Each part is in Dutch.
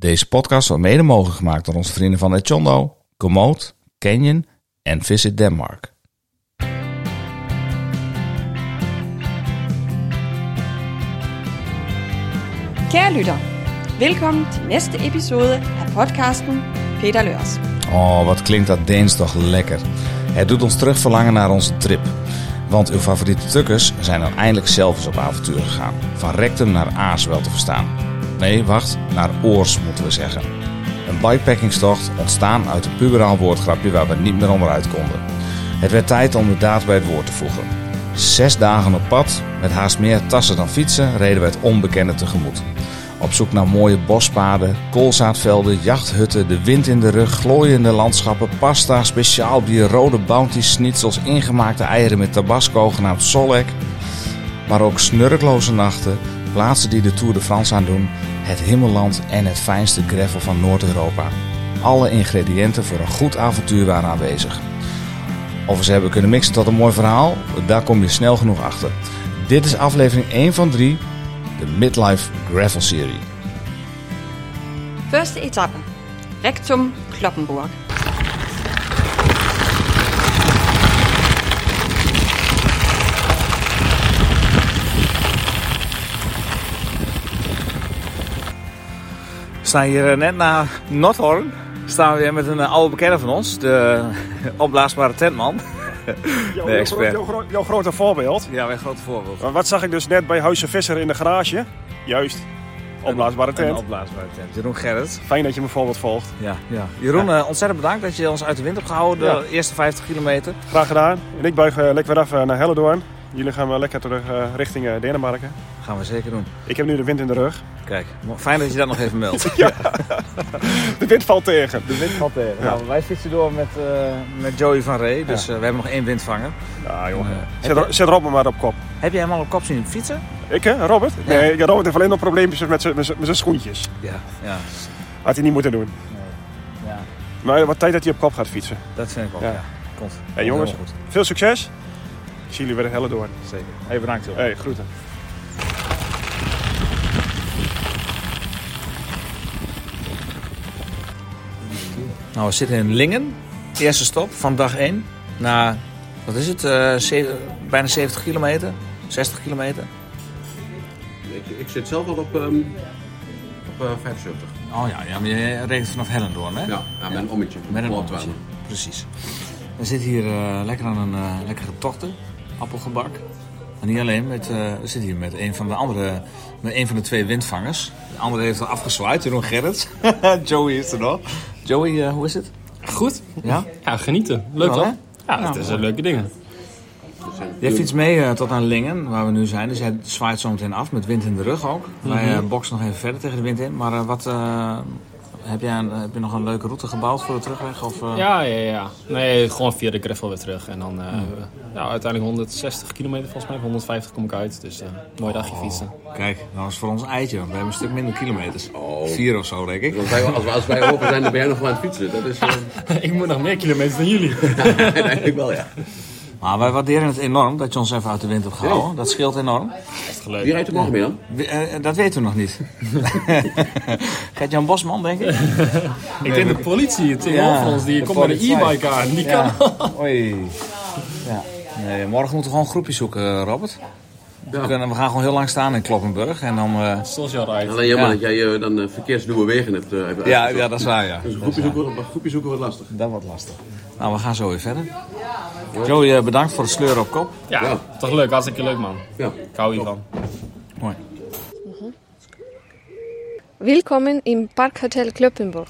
Deze podcast wordt mede mogelijk gemaakt door onze vrienden van Echondo, Komoot, Canyon en Visit Denmark. Kære lytter, velkommen til næste episode af podcasten Peter Lørs. Oh, wat klinkt dat Deens toch lekker. Het doet ons terugverlangen naar onze trip. Want uw favoriete tukkers zijn dan eindelijk zelf eens op avontuur gegaan. Van rectum naar Aas wel te verstaan. Nee, wacht, naar Oors moeten we zeggen. Een bikepacking-tocht ontstaan uit een puberaal woordgrapje waar we niet meer onderuit konden. Het werd tijd om de daad bij het woord te voegen. 6 dagen op pad, met haast meer tassen dan fietsen, reden we het onbekende tegemoet. Op zoek naar mooie bospaden, koolzaadvelden, jachthutten, de wind in de rug, glooiende landschappen, pasta, speciaal bier, rode bounty schnitzels, ingemaakte eieren met tabasco genaamd Solek. Maar ook snurkloze nachten, plaatsen die de Tour de France aandoen, het Himmelland en het fijnste gravel van Noord-Europa. Alle ingrediënten voor een goed avontuur waren aanwezig. Of we ze hebben kunnen mixen tot een mooi verhaal, daar kom je snel genoeg achter. Dit is aflevering 1 van 3, de Midlife Gravel Serie. Første etape. Rectum Kloppenburg. We staan hier net na Noordhoorn. Staan we weer met een oude bekende van ons, de opblaasbare tentman. De expert. Jouw grote voorbeeld. Ja, mijn grote voorbeeld. Maar wat zag ik dus net bij Huisje Visser in de garage? Juist, opblaasbare tent. Een opblaasbare tent. Jeroen Gerrit. Fijn dat je mijn voorbeeld volgt. Ja. Jeroen, ontzettend bedankt dat je ons uit de wind hebt gehouden. De eerste 50 kilometer. Graag gedaan. En ik buig lekker weer af naar Hellendoorn. Jullie gaan wel lekker terug richting Denemarken. Gaan we zeker doen. Ik heb nu de wind in de rug. Kijk, fijn dat je dat nog even meldt. Ja. De wind valt tegen. De wind valt tegen. Ja. Nou, wij fietsen door met Joey van Ree. Dus we hebben nog 1 windvanger. Ja, jongen. Zet Robert maar op kop. Heb jij hem al op kop zien fietsen? Ik, hè? Robert? Ja. Nee, Robert heeft alleen nog probleempjes met zijn schoentjes. Ja. Had hij niet moeten doen. Nee. Ja, Maar wat tijd dat hij op kop gaat fietsen. dat vind ik ook. Ja. Ja. Komt. Hey, jongens, Heel goed. veel succes. Ik zie jullie weer in Hellendoorn. Zeker. Hey, bedankt joh. Hey, groeten. Nou, we zitten in Lingen. Eerste stop van dag 1. Na, wat is het? Bijna 70 kilometer. 60 kilometer. Ik zit zelf al op 75. Oh ja, maar je reed vanaf Hellendoorn, hè? Ja, met een ommetje. Met een Klopt ommetje. wel. Precies. We zitten hier lekker aan een lekkere tochten. Appelgebak. En niet alleen, we zitten hier met een van de 2 windvangers. De andere heeft al afgezwaaid, Jeroen Gerrits. Joey is er nog. Joey, hoe is het? Goed. Ja? Ja, genieten. Leuk Wel, toch? hè? Ja, Nou, het is leuke dingen. Jij fietst mee tot aan Lingen, waar we nu zijn. Dus jij zwaait zo meteen af, met wind in de rug ook. Wij boksen nog even verder tegen de wind in. Maar heb je nog een leuke route gebouwd voor de terugweg? Of, Ja. Nee, gewoon via de gravel weer terug. En dan uiteindelijk 160 kilometer volgens mij. 150 kom ik uit. Dus mooi dagje fietsen. Kijk, dat was voor ons eitje. We hebben een stuk minder kilometers. Oh. 4 of zo, denk ik. Als wij open zijn, dan ben jij nog wel aan het fietsen. Dat is Ik moet nog meer kilometers dan jullie. eigenlijk wel, ja. Maar wij waarderen het enorm dat je ons even uit de wind hebt gehouden. Ja. Dat scheelt enorm. Echt Wie leuk. rijdt er morgen mee dan? Dat weten we nog niet. Gert-Jan Bosman, denk ik? Ik denk de politie tegenover ons. Die de komt met een politie. e-bike aan. Die kan... Oei. Ja. Nee, morgen moeten we gewoon een groepje zoeken, Robert. Ja. We gaan gewoon heel lang staan in Kloppenburg. En dan, Zoals jou rijdt. Alleen jammer Ja. dat jij dan verkeersduwe wegen hebt uitgezocht. ja, dat is waar, ja. Dus een groepje zoeken wordt lastig. Dat wordt lastig. Nou, we gaan zo weer verder. Joey, bedankt voor het sleuren op kop. Ja, Ja. toch leuk. Hartstikke leuk, man. Ja. Ik hou hiervan. Mooi. Welkom in Parkhotel Kloppenburg.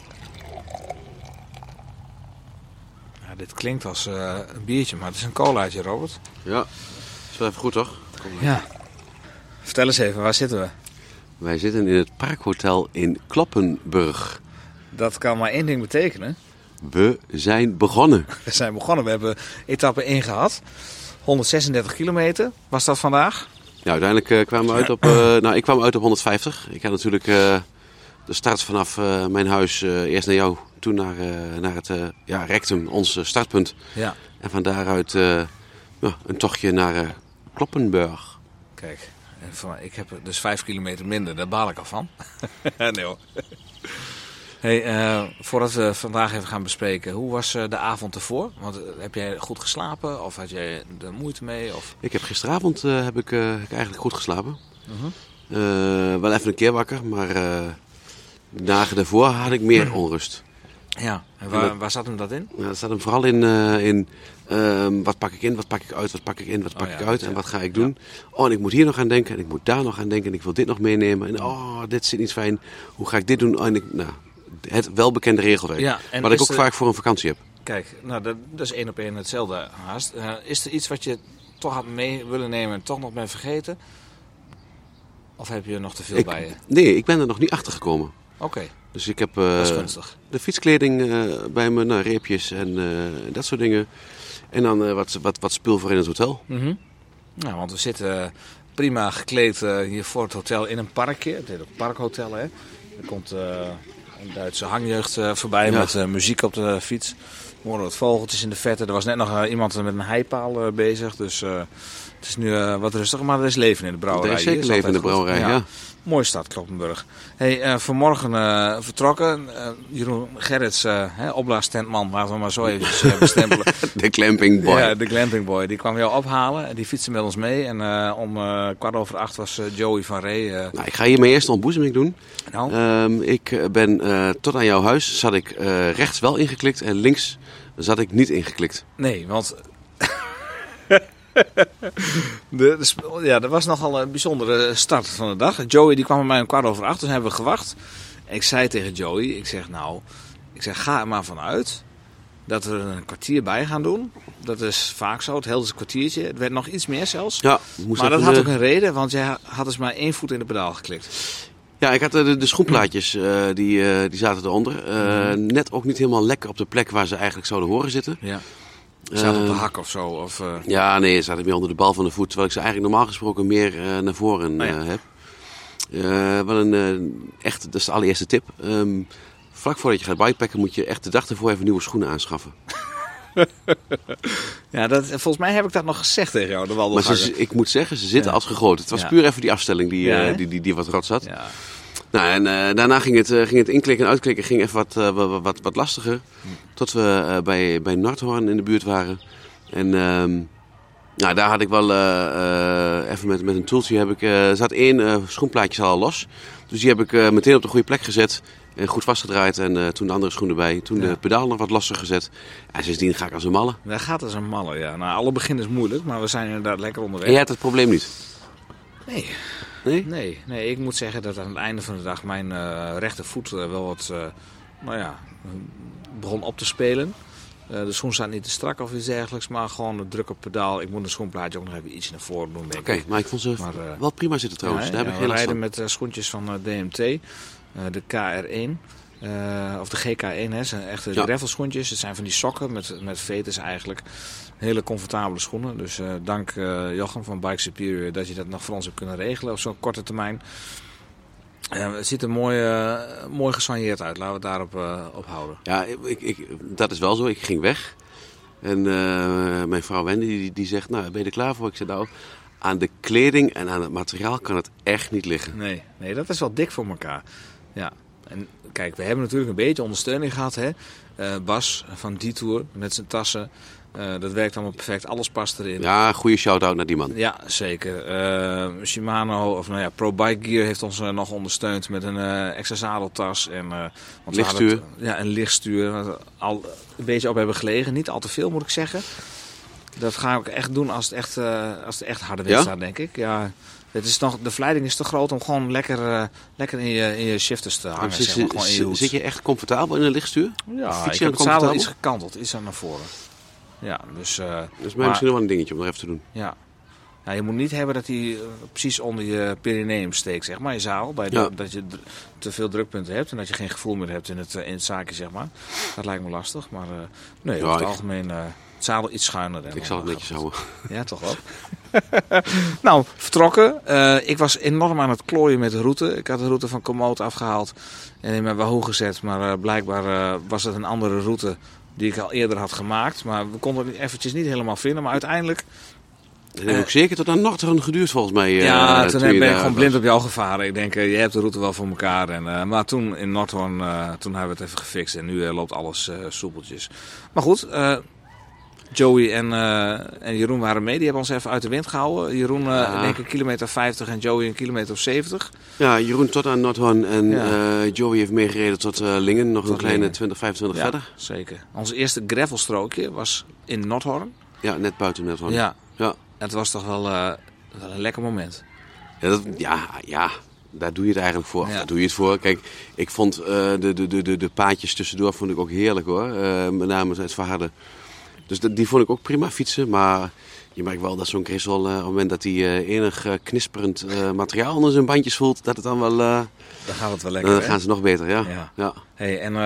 Ja, dit klinkt als een biertje, maar het is een colaatje, Robert. Ja, dat is wel even goed toch? Ja. Vertel eens even, waar zitten we? Wij zitten in het Parkhotel in Kloppenburg. Dat kan maar 1 ding betekenen. We zijn begonnen. We zijn begonnen. We hebben etappe 1 gehad. 136 kilometer was dat vandaag. Ja, uiteindelijk kwamen we uit op... ik kwam uit op 150. Ik had natuurlijk de start vanaf mijn huis eerst naar jou. Toen naar het Rectum, ons startpunt. Ja. En van daaruit een tochtje naar Kloppenburg. Kijk, ik heb dus 5 kilometer minder. Daar baal ik al van. Nee hoor. Hey, voordat we vandaag even gaan bespreken, hoe was de avond ervoor? Want heb jij goed geslapen of had jij er moeite mee? Of? Ik heb gisteravond heb ik eigenlijk goed geslapen. Wel even een keer wakker, maar de dagen daarvoor had ik meer onrust. Ja, en waar zat hem dat in? Ja, dat zat hem vooral in wat pak ik in, wat pak ik uit, wat pak ik in, wat pak ik uit en wat ga ik doen. Oh, en ik moet hier nog aan denken en ik moet daar nog aan denken en ik wil dit nog meenemen. En dit zit niet fijn, hoe ga ik dit doen? Oh, en het welbekende regelwerk, Ja, en wat ik ook vaak voor een vakantie heb. Kijk, nou, dat is 1 op 1 hetzelfde haast. Is er iets wat je toch had mee willen nemen en toch nog bent vergeten? Of heb je er nog te veel bij je? Nee, ik ben er nog niet achter gekomen. Oké. Dus ik heb Dat is gunstig. de fietskleding bij me, reepjes en dat soort dingen. En dan wat spul voor in het hotel. Mm-hmm. Nou, want we zitten prima gekleed hier voor het hotel in een parkje. Het heet ook Parkhotel, hè. Er komt een Duitse hangjeugd voorbij met muziek op de fiets. We horen wat vogeltjes in de verte. Er was net nog iemand met een heipaal bezig. Dus het is nu wat rustiger. Maar er is leven in de brouwerij. Er is zeker leven in de brouwerij, ja. Mooie stad, Cloppenburg. Hey, vanmorgen vertrokken. Jeroen Gerrits, opblaastentman, laten we maar zo even bestempelen. De glamping boy. Ja, de glamping boy. Die kwam jou ophalen en die fietste met ons mee. En om 7:15 was Joey van Ree. Nou, ik ga hier mijn eerste ontboezeming doen. Nou. Ik ben tot aan jouw huis zat ik rechts wel ingeklikt en links zat ik niet ingeklikt. Nee, want... dat was nogal een bijzondere start van de dag. Joey die kwam bij mij om 7:15, dus hebben we gewacht. En ik zei tegen Joey, ik zeg ga er maar vanuit dat we er een kwartier bij gaan doen. Dat is vaak zo, het hele is een kwartiertje. Het werd nog iets meer zelfs. Ja, maar dat had ook een reden, want jij had dus maar 1 voet in de pedaal geklikt. Ja, ik had de schoenplaatjes, die zaten eronder. Net ook niet helemaal lekker op de plek waar ze eigenlijk zouden horen zitten. Ja. Zaten op de hak of zo? Of, Ja, nee, ze zaten meer onder de bal van de voet. Terwijl ik ze eigenlijk normaal gesproken meer naar voren heb. Echt, dat is de allereerste tip. Vlak voordat je gaat bikepacken moet je echt de dag ervoor even nieuwe schoenen aanschaffen. Ja, volgens mij heb ik dat nog gezegd tegen jou, de wandelganger. Maar ik moet zeggen, ze zitten als gegoten. Het was puur even die afstelling die wat rot zat. Ja. Nou, en daarna ging het inklikken en uitklikken ging even wat lastiger. Tot we bij Noordhoorn in de buurt waren. En daar had ik wel even met een toeltje zat 1 schoenplaatje al los. Dus die heb ik meteen op de goede plek gezet. En goed vastgedraaid en toen de andere schoen erbij. Toen de pedaal nog wat losser gezet. En sindsdien ga ik als een malle. Dat gaat als een malle, ja. Nou, alle begin is moeilijk, maar we zijn inderdaad lekker onderweg. En jij hebt het probleem niet? Nee? Nee, ik moet zeggen dat aan het einde van de dag mijn rechtervoet wel wat begon op te spelen. De schoen staat niet te strak of iets dergelijks, maar gewoon de druk op pedaal. Ik moet een schoenplaatje ook nog even iets naar voren doen, denk ik. Oké, maar ik vond ze wel prima zitten trouwens. Daar heb ik geen last van. We rijden met schoentjes van DMT, de KR1. Of de GK1, hè. Zijn echte gravelschoentjes. Het zijn van die sokken met veters eigenlijk. Hele comfortabele schoenen. Dus dank Jochem van Bike Superior dat je dat nog voor ons hebt kunnen regelen op zo'n korte termijn. Het ziet er mooi gesoigneerd uit. Laten we het daarop op houden. Ja, dat is wel zo. Ik ging weg. En mijn vrouw Wendy die zegt, nou, ben je er klaar voor? Ik zei, nou, aan de kleding en aan het materiaal kan het echt niet liggen. Nee, dat is wel dik voor elkaar. Ja. En kijk, we hebben natuurlijk een beetje ondersteuning gehad. Hè? Bas van Detour met zijn tassen. Dat werkt allemaal perfect. Alles past erin. Ja, goede shout-out naar die man. Ja, zeker. Shimano, of Pro Bike Gear heeft ons nog ondersteund met een extra zadeltas. En, lichtstuur. Een lichtstuur. Waar we al een beetje op hebben gelegen. Niet al te veel, moet ik zeggen. Dat ga ik echt doen als het echt harde wind staat, denk ik. Ja. De verleiding is te groot om gewoon lekker in je shifters te hangen. Zit je echt comfortabel in een lichtstuur? Ja, ik heb het zadel iets gekanteld, iets naar voren. Ja, dus... dat is mij misschien wel een dingetje om nog even te doen. Ja. Je moet niet hebben dat hij precies onder je perineum steekt, zeg maar, je zaal. Dat je te veel drukpunten hebt en dat je geen gevoel meer hebt in het zaakje, zeg maar. Dat lijkt me lastig, maar over het algemeen... Het zadel iets schuiner. Ik zal het netjes houden. Ja, toch wel. Nou, vertrokken. Ik was enorm aan het klooien met de route. Ik had de route van Komoot afgehaald en in mijn Wahoo gezet. Maar blijkbaar was het een andere route die ik al eerder had gemaakt. Maar we konden het eventjes niet helemaal vinden. Maar uiteindelijk Dat heeft ook zeker tot aan Noordhoorn geduurd volgens mij. Toen ben ik gewoon blind op jou gevaren. Ik denk, je hebt de route wel voor elkaar. Maar toen in Noordhoorn, toen hebben we het even gefixt. En nu loopt alles soepeltjes. Maar goed, Joey en Jeroen waren mee. Die hebben ons even uit de wind gehouden. Jeroen denk ik 1,50 kilometer en Joey 1,70 kilometer. Ja, Jeroen tot aan Noordhoorn en Joey heeft meegereden tot Lingen. Nog een kleine 20, 25 verder. Zeker. Ons eerste gravelstrookje was in Noordhoorn. Ja, net buiten Noordhoorn. Ja. Het was toch wel een lekker moment. Ja, daar doe je het eigenlijk voor. Ja. Daar doe je het voor. Kijk, ik vond de paadjes tussendoor vond ik ook heerlijk hoor. Met name het Verharden. Dus die vond ik ook prima fietsen. Maar je merkt wel dat zo'n Grissel, op het moment dat hij enig knisperend materiaal onder zijn bandjes voelt, dat het dan wel... Dan gaat het wel lekker. Dan gaan ze nog beter, ja. Hey, en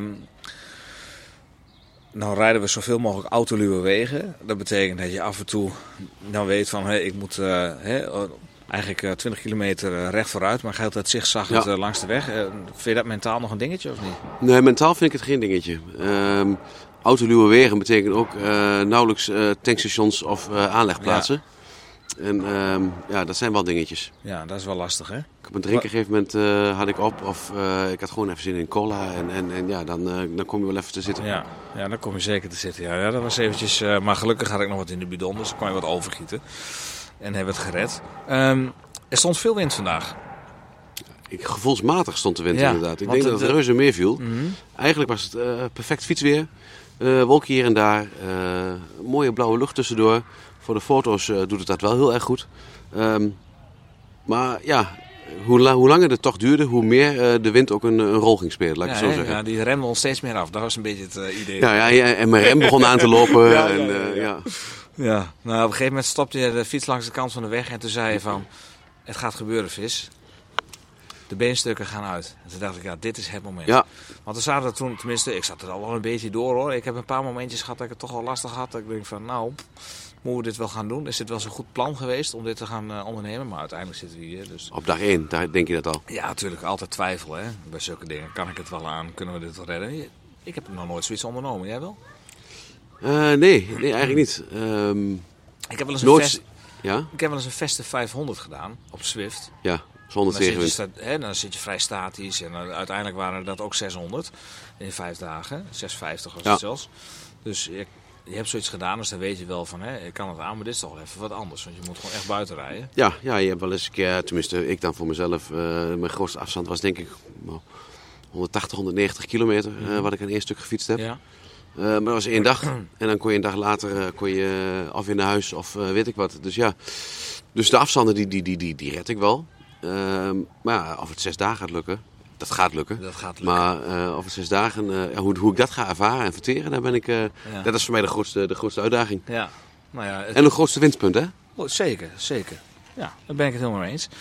nou rijden we zoveel mogelijk autoluwe wegen. Dat betekent dat je af en toe dan weet van, ik moet eigenlijk 20 kilometer recht vooruit, maar geldt het zigzaggend langs de weg. Vind je dat mentaal nog een dingetje of niet? Nee, mentaal vind ik het geen dingetje. Autoluwe wegen betekent ook nauwelijks tankstations of aanlegplaatsen. Ja. En dat zijn wel dingetjes. Ja, dat is wel lastig hè? Op een drinken gegeven moment had ik op of ik had gewoon even zin in cola en dan kom je wel even te zitten. Ja, dan kom je zeker te zitten. Ja, dat was eventjes, maar gelukkig had ik nog wat in de bidon, dus dan kon je wat overgieten. En hebben we het gered. Er stond veel wind vandaag. Gevoelsmatig stond de wind inderdaad. Ik denk dat het reuze meer viel. Mm-hmm. Eigenlijk was het perfect fietsweer. Wolken hier en daar. Mooie blauwe lucht tussendoor. Voor de foto's doet het dat wel heel erg goed. Maar ja, hoe langer het toch duurde, hoe meer de wind ook een rol ging spelen, laat ik het zo zeggen. Ja, die remde ons steeds meer af. Dat was een beetje het idee. Ja, en mijn rem begon aan te lopen. Ja, nou op een gegeven moment stopte je de fiets langs de kant van de weg en toen zei je van, het gaat gebeuren vis. De beenstukken gaan uit. En toen dacht ik, dit is het moment. Ja. Want we zaten er toen, tenminste, ik zat er al wel een beetje door hoor. Ik heb een paar momentjes gehad dat ik het toch wel lastig had. Dat ik denk van, moeten we dit wel gaan doen? Is dit wel zo'n goed plan geweest om dit te gaan ondernemen? Maar uiteindelijk zitten we hier. Dus... Op dag 1, daar denk je dat al? Ja, natuurlijk. Altijd twijfel hè. Bij zulke dingen. Kan ik het wel aan? Kunnen we dit wel redden? Ik heb nog nooit zoiets ondernomen. Jij wel? Nee, eigenlijk niet. Ik heb wel eens een Veste 500 gedaan op Zwift. Ja, zonder tegenwind. Dan zit je vrij statisch. En uiteindelijk waren dat ook 600 in 5 dagen. 650 was het zelfs. Dus je hebt zoiets gedaan, dus dan weet je wel van, ik kan het aan, maar dit is toch wel even wat anders. Want je moet gewoon echt buiten rijden. Ja, je hebt wel eens een keer, tenminste ik dan voor mezelf, mijn grootste afstand was denk ik 180, 190 kilometer wat ik aan één stuk gefietst heb. Ja. Maar dat was 1 dag. En dan kon je een dag later of weer naar huis of weet ik wat. Dus ja, dus de afstanden die red ik wel. Maar ja, of het 6 dagen gaat lukken, dat gaat lukken. Maar over 6 dagen, hoe ik dat ga ervaren en verteren, daar ben ik, dat is voor mij de grootste uitdaging. Ja. Nou ja, en het grootste winstpunt, hè? Oh, zeker. Ja, daar ben ik het helemaal mee eens.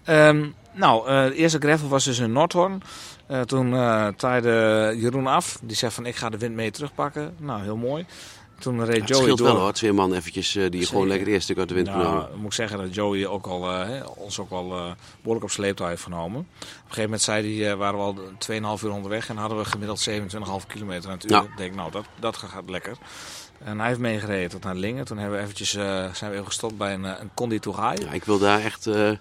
De eerste gravel was dus in Noordhoorn. Toen taaide Jeroen af. Die zei van, ik ga de wind mee terugpakken. Nou, heel mooi. Toen reed Joey door. Het scheelt wel hoor, 2 man eventjes die gewoon lekker het eerste stuk uit de wind genomen. Moet ik zeggen dat Joey ook al, ons ook wel behoorlijk op sleeptouw heeft genomen. Op een gegeven moment zei hij, waren we al 2,5 uur onderweg en hadden we gemiddeld 27,5 kilometer aan het uur. Ik denk, dat gaat lekker. En hij heeft meegereden tot naar Lingen. Toen hebben we eventjes, zijn we even gestopt bij een conditorij. Ja, ik wil daar echt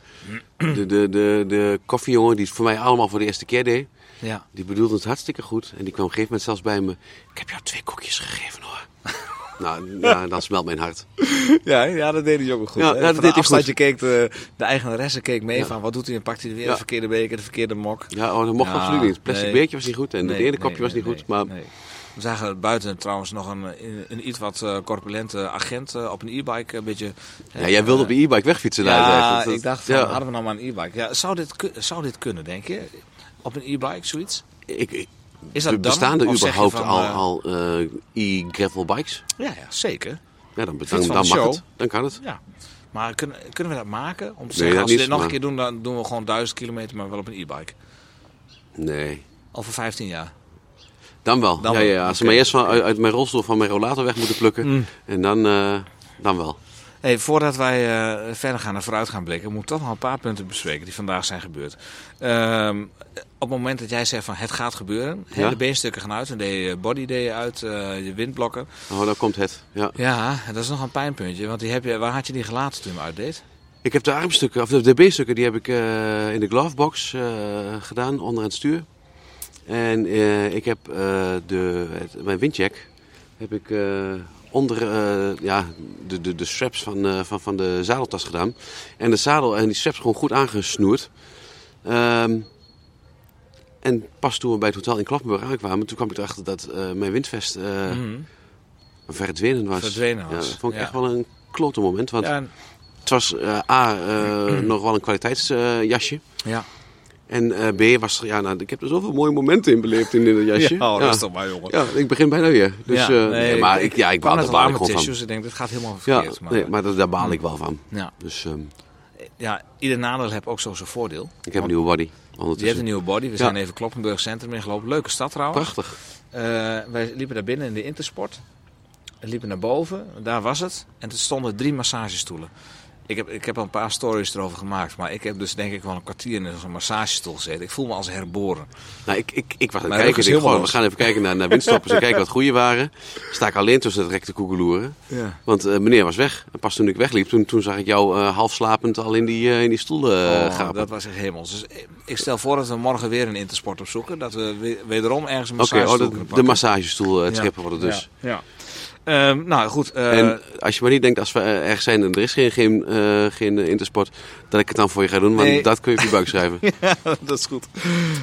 de koffiejongen die het voor mij allemaal voor de eerste keer deed. Ja. Die bedoelde het hartstikke goed. En die kwam op een gegeven moment zelfs bij me. Ik heb jou 2 koekjes gegeven hoor. Nou, dan smelt mijn hart. Ja, dat deed hij ook goed. Ja, dat deed hij goed. Keek de eigenaresse keek mee van wat doet hij en pakt hij er weer de verkeerde beker, de verkeerde mok. Ja, dat mocht absoluut niet. Het plastic bekertje was niet goed en het ene kopje was niet goed. Maar... We zagen buiten trouwens nog een iets wat corpulente agent op een e-bike. Een beetje, jij wilde op een e-bike wegfietsen. Ja, ik dacht van, hadden we nou maar een e-bike. Ja, zou dit kunnen, denk je? Op een e-bike, zoiets? Is dat bestaan er überhaupt al e-gravel bikes? Ja, zeker. Ja, dan mag het. Dan kan het. Ja. Maar kunnen we dat maken? Om te zeggen, als we dit nog een keer doen, dan doen we gewoon 1000 kilometer, maar wel op een e-bike. Nee. Over 15 jaar. Dan wel. Als ze maar eerst uit mijn rolstoel van mijn rollator weg moeten plukken. En dan wel. Hey, voordat wij verder gaan en vooruit gaan blikken, moet ik toch nog een paar punten bespreken die vandaag zijn gebeurd. Op het moment dat jij zegt van het gaat gebeuren, de beenstukken gaan uit en de body deed uit, je windblokker. Oh, daar komt het. Ja, dat is nog een pijnpuntje, want waar had je die gelaten toen je hem uitdeed? Ik heb de armstukken, of de beenstukken, die heb ik in de glovebox gedaan, onder het stuur. En ik heb mijn windjack heb ik onder de straps van de zadeltas gedaan. En de zadel en die straps gewoon goed aangesnoerd. En pas toen we bij het hotel in Kloppenburg aankwamen, toen kwam ik erachter dat mijn windvest verdwenen was. Verdwenen was. Ja, dat vond ik echt wel een klote moment. Want het was nog wel een kwaliteitsjasje. Ja. En B was ik heb er zoveel mooie momenten in beleefd in dit jasje. Ja, rustig maar, jongen. Ja, ik begin bijna weer. Dus, ik baal er gewoon van. Ik denk, dit gaat helemaal verkeerd. Ja, maar daar baal ik wel van. Ja. Dus, ieder nadeel heeft ook zo zijn voordeel. Ik heb een nieuwe body. Je hebt een nieuwe body. We zijn even Kloppenburg Centrum ingelopen. Leuke stad trouwens. Prachtig. Wij liepen daar binnen in de Intersport. We liepen naar boven. Daar was het. En er stonden 3 massagestoelen. Ik heb al een paar stories erover gemaakt. Maar ik heb dus denk ik wel een kwartier in zo'n massagestoel gezeten. Ik voel me als herboren. Nou, ik was aan het kijken. We gaan even kijken naar windstoppers en kijken wat goede waren. Sta ik alleen tussen het rek te koekeloeren. Ja. Want meneer was weg. En pas toen ik wegliep, toen zag ik jou half slapend al in die stoelen gapen. Dat was echt hemels. Dus ik stel voor dat we morgen weer een Intersport opzoeken. Dat we wederom ergens een massagestoel kunnen pakken. De massagestoel trippen worden dus. Ja. Nou goed. En als je maar niet denkt, als we ergens zijn en er is geen Intersport, dat ik het dan voor je ga doen, want dat kun je op je buik schrijven. Ja, dat is goed.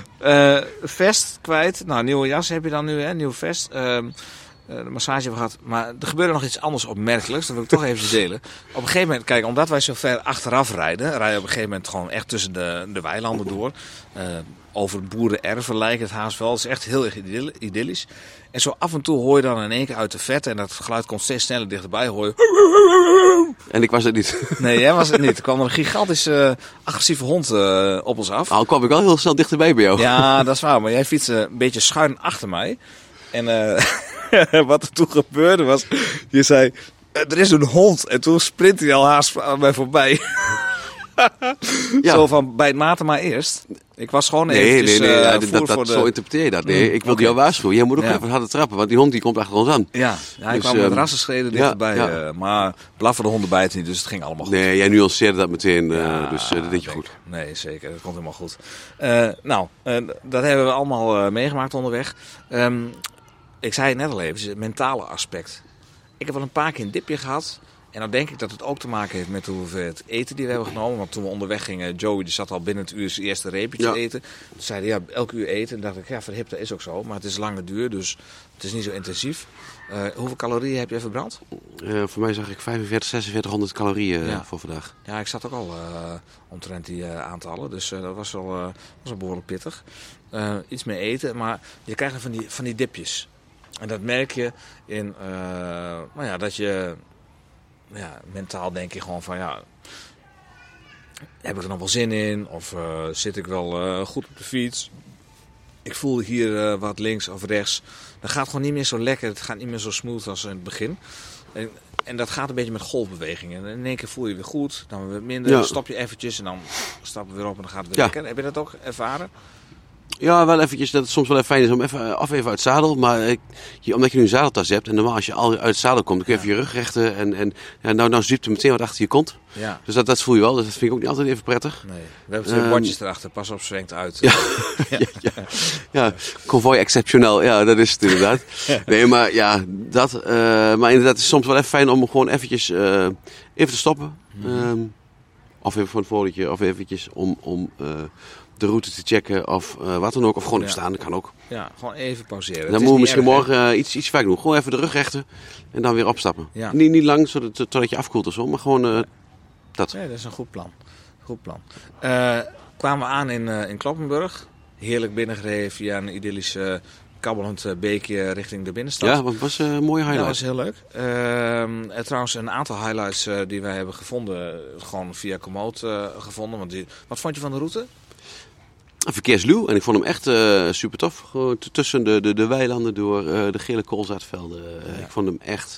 Vest kwijt. Nou, nieuwe jas heb je dan nu, hè? Nieuw vest. De massage hebben we gehad. Maar er gebeurde nog iets anders opmerkelijks. Dat wil ik toch even delen. Op een gegeven moment, kijk, omdat wij zo ver achteraf rijden op een gegeven moment gewoon echt tussen de weilanden door. Over boerenerven lijkt het haast wel. Het is echt heel erg idyllisch. En zo af en toe hoor je dan in één keer uit de verte, en dat geluid komt steeds sneller dichterbij, hoor je... En ik was het niet. Nee, jij was het niet. Er kwam een gigantische agressieve hond op ons af. Al kwam ik wel heel snel dichterbij bij jou. Ja, dat is waar. Maar jij fietste een beetje schuin achter mij. En wat er toen gebeurde was, je zei, er is een hond. En toen sprintte hij al haast aan mij voorbij. Ja. Zo van, bij het maten maar eerst. Ik was gewoon eventjes zo interpreteer je dat. Nee, ik wilde jou waarschuwen. Jij moet ook even harder trappen, want die hond die komt achter ons aan. Ja, hij kwam met rassenschreden dichterbij. Maar blaffen de honden bijten niet, dus het ging allemaal goed. Nee, jij nuanceerde dat meteen, dus dat deed je goed. Nee, zeker. Dat komt helemaal goed. Dat hebben we allemaal meegemaakt onderweg. Ik zei het net al even, het mentale aspect. Ik heb wel een paar keer een dipje gehad. En dan denk ik dat het ook te maken heeft met de hoeveelheid eten die we hebben genomen. Want toen we onderweg gingen, Joey die zat al binnen het uur zijn eerste reepje eten. Toen zei hij, elk uur eten. En dacht ik, verhip, dat is ook zo. Maar het is lange duur, dus het is niet zo intensief. Hoeveel calorieën heb je verbrand? Voor mij zag ik 4600 calorieën voor vandaag. Ja, ik zat ook al omtrent die aantallen. Dus dat was wel behoorlijk pittig. Iets meer eten, maar je krijgt van die dipjes. En dat merk je in dat je... Ja, mentaal denk je gewoon van heb ik er nog wel zin in? Of zit ik wel goed op de fiets? Ik voel hier wat links of rechts. Dat gaat gewoon niet meer zo lekker. Het gaat niet meer zo smooth als in het begin. En dat gaat een beetje met golfbewegingen. En in één keer voel je weer goed. Dan weer minder. Dan stop je eventjes en dan stappen we weer op en dan gaat het weer lekker. Heb je dat ook ervaren? Ja, wel eventjes dat het soms wel even fijn is om even uit het zadel. Maar omdat je nu een zadeltas hebt en normaal als je al uit het zadel komt, dan kun je even je rug rechten. En nou zwiept er meteen wat achter je kont. Ja. Dus dat voel je wel. Dus dat vind ik ook niet altijd even prettig. Nee. We hebben 2 bordjes erachter. Pas op, zwenkt uit. Ja, convoy exceptioneel. Ja, dat is het inderdaad. Nee, maar dat. Maar inderdaad, het is soms wel even fijn om gewoon eventjes even te stoppen. Of even voor een fotootje. Of eventjes om de route te checken of wat dan ook. Of gewoon even staan, dat kan ook. Ja, gewoon even pauzeren. Dan moeten we misschien morgen iets vaak doen. Gewoon even de rug rechten en dan weer opstappen. Ja. Niet lang, totdat je afkoelt of zo, maar gewoon dat. Ja, dat is een goed plan. Kwamen we aan in Kloppenburg. Heerlijk binnengereden via een idyllisch kabbelend beekje richting de binnenstad. Ja, dat was een mooie highlight. Ja, dat was heel leuk. Trouwens, een aantal highlights die wij hebben gevonden, gewoon via Komoot gevonden. Wat vond je van de route? Verkeersluw. En ik vond hem echt super tof. Tussen de weilanden door de gele koolzaadvelden. Ja. Ik vond hem echt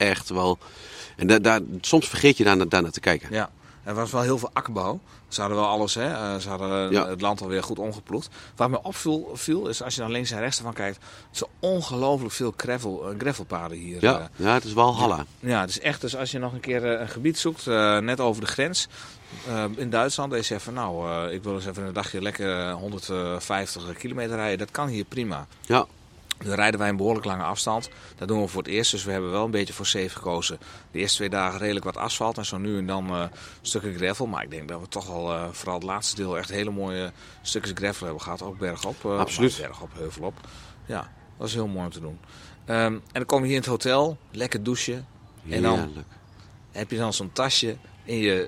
echt wel... En soms vergeet je daar naar te kijken. Ja, er was wel heel veel akkerbouw. Ze hadden wel alles, hè. Ze hadden het land alweer goed omgeploegd. Wat me opviel is, als je dan links en rechts ervan kijkt... zo ongelooflijk veel gravelpaden hier. Ja, het is wel Halla. Ja, het is echt, dus als je nog een keer een gebied zoekt, net over de grens... in Duitsland, en je zegt van ik wil eens even een dagje lekker 150 kilometer rijden. Dat kan hier prima. Ja. Dan rijden wij een behoorlijk lange afstand. Dat doen we voor het eerst, dus we hebben wel een beetje voor safe gekozen. De eerste 2 dagen redelijk wat asfalt en zo nu en dan stukken gravel. Maar ik denk dat we toch al vooral het laatste deel echt hele mooie stukjes gravel hebben gehad. Ook bergop. Absoluut. Bergop, heuvelop. Ja, dat is heel mooi om te doen. En dan kom je hier in het hotel, lekker douchen. En dan heb je dan zo'n tasje in je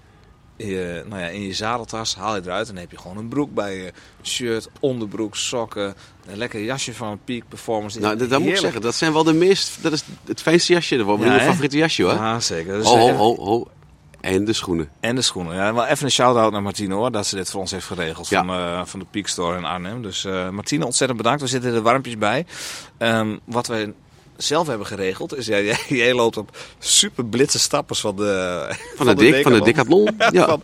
zadeltas, haal je eruit en dan heb je gewoon een broek bij je. Shirt, onderbroek, sokken, een lekker jasje van Peak Performance. Nou, dat moet ik zeggen, dat zijn wel dat is het fijnste jasje. Dat is mijn favoriete jasje hoor. Ja, zeker. Dus ho. En de schoenen. Ja, wel even een shout-out naar Martine hoor, dat ze dit voor ons heeft geregeld van de Peak Store in Arnhem. Dus Martine, ontzettend bedankt. We zitten er warmpjes bij. Wat wij zelf hebben geregeld is, jij loopt op super blitse stappers van de Decathlon. Ja. Van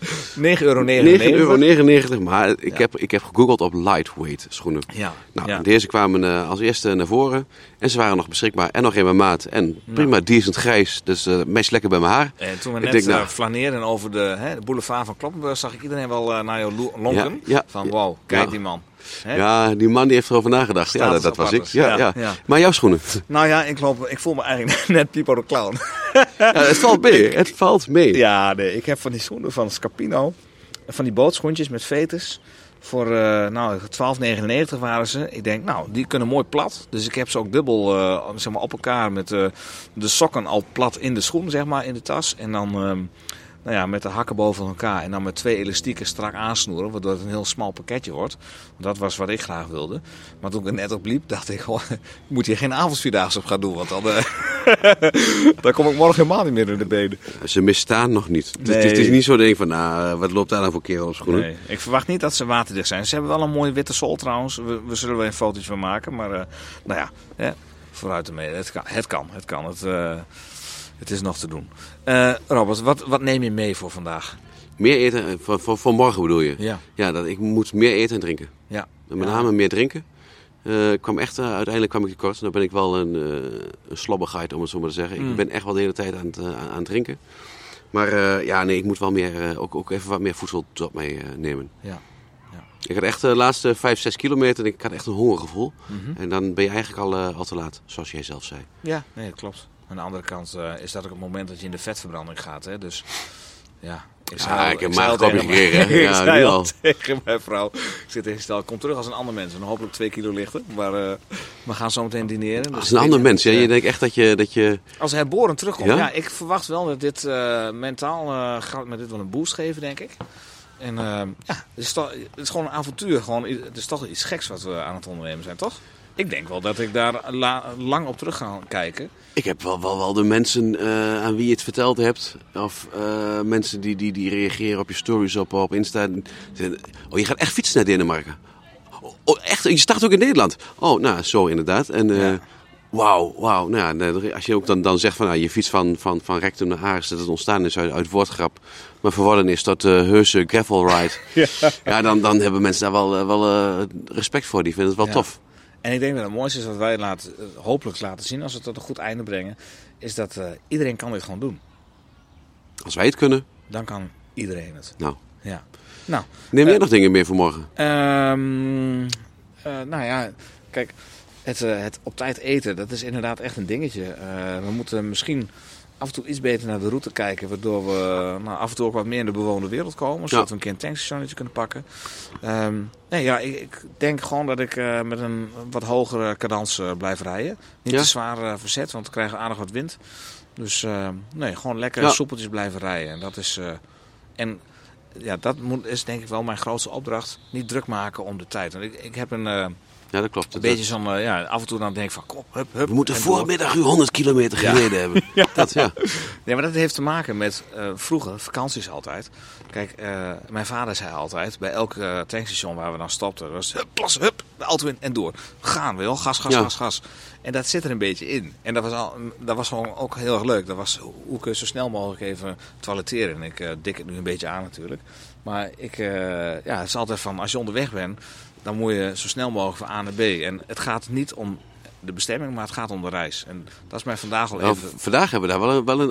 €9,99. Maar ik heb gegoogeld op lightweight schoenen. Ja. Deze kwamen als eerste naar voren. En ze waren nog beschikbaar. En nog in mijn maat. En prima, decent grijs. Dus matcht lekker bij mijn haar. En toen we net flaneerden over de boulevard van Kloppenburg, zag ik iedereen wel naar jou lonken. Ja. Van wow, kijk die man. He? Ja, die man die heeft erover nagedacht. Ja, dat was ik. Ja. Maar jouw schoenen? Nou ja, ik voel me eigenlijk net Pipo de Clown. Ja, het valt mee. Ja, nee, ik heb van die schoenen van Scapino. Van die bootschoentjes met veters. Voor €12,99 waren ze. Ik denk, die kunnen mooi plat. Dus ik heb ze ook dubbel op elkaar met de sokken al plat in de schoen, zeg maar, in de tas. En dan... met de hakken boven elkaar en dan met 2 elastieken strak aansnoeren, waardoor het een heel smal pakketje wordt. Dat was wat ik graag wilde. Maar toen ik er net op liep, dacht ik, ik moet hier geen avondvierdaagse op gaan doen, want dan kom ik morgen helemaal niet meer in de benen. Ze misstaan nog niet. Nee. Het is niet zo denk van, wat loopt daar nou voor kerel op schoenen? Nee, ik verwacht niet dat ze waterdicht zijn. Ze hebben wel een mooie witte sol trouwens. We zullen wel een fotootje van maken, maar vooruit ermee. Het kan. Het is nog te doen. Robert, wat neem je mee voor vandaag? Meer eten, voor morgen bedoel je? Ja. Ja, ik moet meer eten en drinken. Ja. Met name meer drinken. Uiteindelijk kwam ik tekort. Dan ben ik wel een slobbergeit, om het zo maar te zeggen. Ik ben echt wel de hele tijd aan het drinken. Maar ik moet wel meer, ook even wat meer voedsel tot mij nemen. Ja. Ik had echt de laatste 5-6 kilometer en ik had echt een hongergevoel. Mm-hmm. En dan ben je eigenlijk al te laat, zoals jij zelf zei. Ja, nee, dat klopt. Aan de andere kant is dat ook het moment dat je in de vetverbranding gaat. Hè? Dus ja, ik heb maagkopje gekregen. Ik zei al tegen mijn vrouw. Ik zit tegen stel, ik kom terug als een ander mens. En hopelijk 2 kilo lichter. Maar we gaan zo meteen dineren. Als een ander mens, je denkt echt dat je... Als herboren terugkomt, ik verwacht wel dat dit mentaal gaat met dit wel een boost geven, denk ik. En het is gewoon een avontuur. Het is toch iets geks wat we aan het ondernemen zijn, toch? Ik denk wel dat ik daar lang op terug ga kijken. Ik heb wel de mensen aan wie je het verteld hebt. Of mensen die reageren op je stories op Insta. Je gaat echt fietsen naar Denemarken. Oh, echt? Je start ook in Nederland? Oh, nou, zo inderdaad. En wauw. Nou, als je ook dan zegt van je fiets van Rectum naar Aars, dat het ontstaan is uit woordgrap, maar verworden is tot heuse gravel ride. Ja, dan hebben mensen daar wel respect voor. Die vinden het wel tof. En ik denk dat het mooiste is wat wij hopelijk laten zien, als we het tot een goed einde brengen, is dat iedereen kan dit gewoon doen. Als wij het kunnen, dan kan iedereen het. Nou. Ja. Neem jij nog dingen mee voor morgen? Kijk, het op tijd eten, dat is inderdaad echt een dingetje. We moeten misschien af en toe iets beter naar de route kijken, waardoor we af en toe ook wat meer in de bewoonde wereld komen, zodat we een keer een tankstationnetje kunnen pakken. Ik denk gewoon dat ik met een wat hogere cadans blijf rijden. Niet te zwaar verzet, want we krijgen aardig wat wind. Dus gewoon lekker soepeltjes blijven rijden. En dat is... dat is denk ik wel mijn grootste opdracht. Niet druk maken om de tijd. Want ik heb dat klopt. Een beetje zo'n, af en toe dan denk ik van, kom, hup. We moeten voormiddag 100 kilometer gereden hebben. Nee, maar dat heeft te maken met vroeger, vakanties altijd. Kijk, mijn vader zei altijd, bij elk tankstation waar we dan stopten, was plassen, hup. de auto in en door. Gaan we wel, gas. En dat zit er een beetje in. En dat was gewoon ook heel erg leuk. Dat was, hoe kun je zo snel mogelijk even toiletteren. En ik dik het nu een beetje aan natuurlijk. Maar het is altijd van, als je onderweg bent, dan moet je zo snel mogelijk van A naar B. En het gaat niet om de bestemming, maar het gaat om de reis. En dat is mij vandaag al even... Vandaag hebben we daar wel een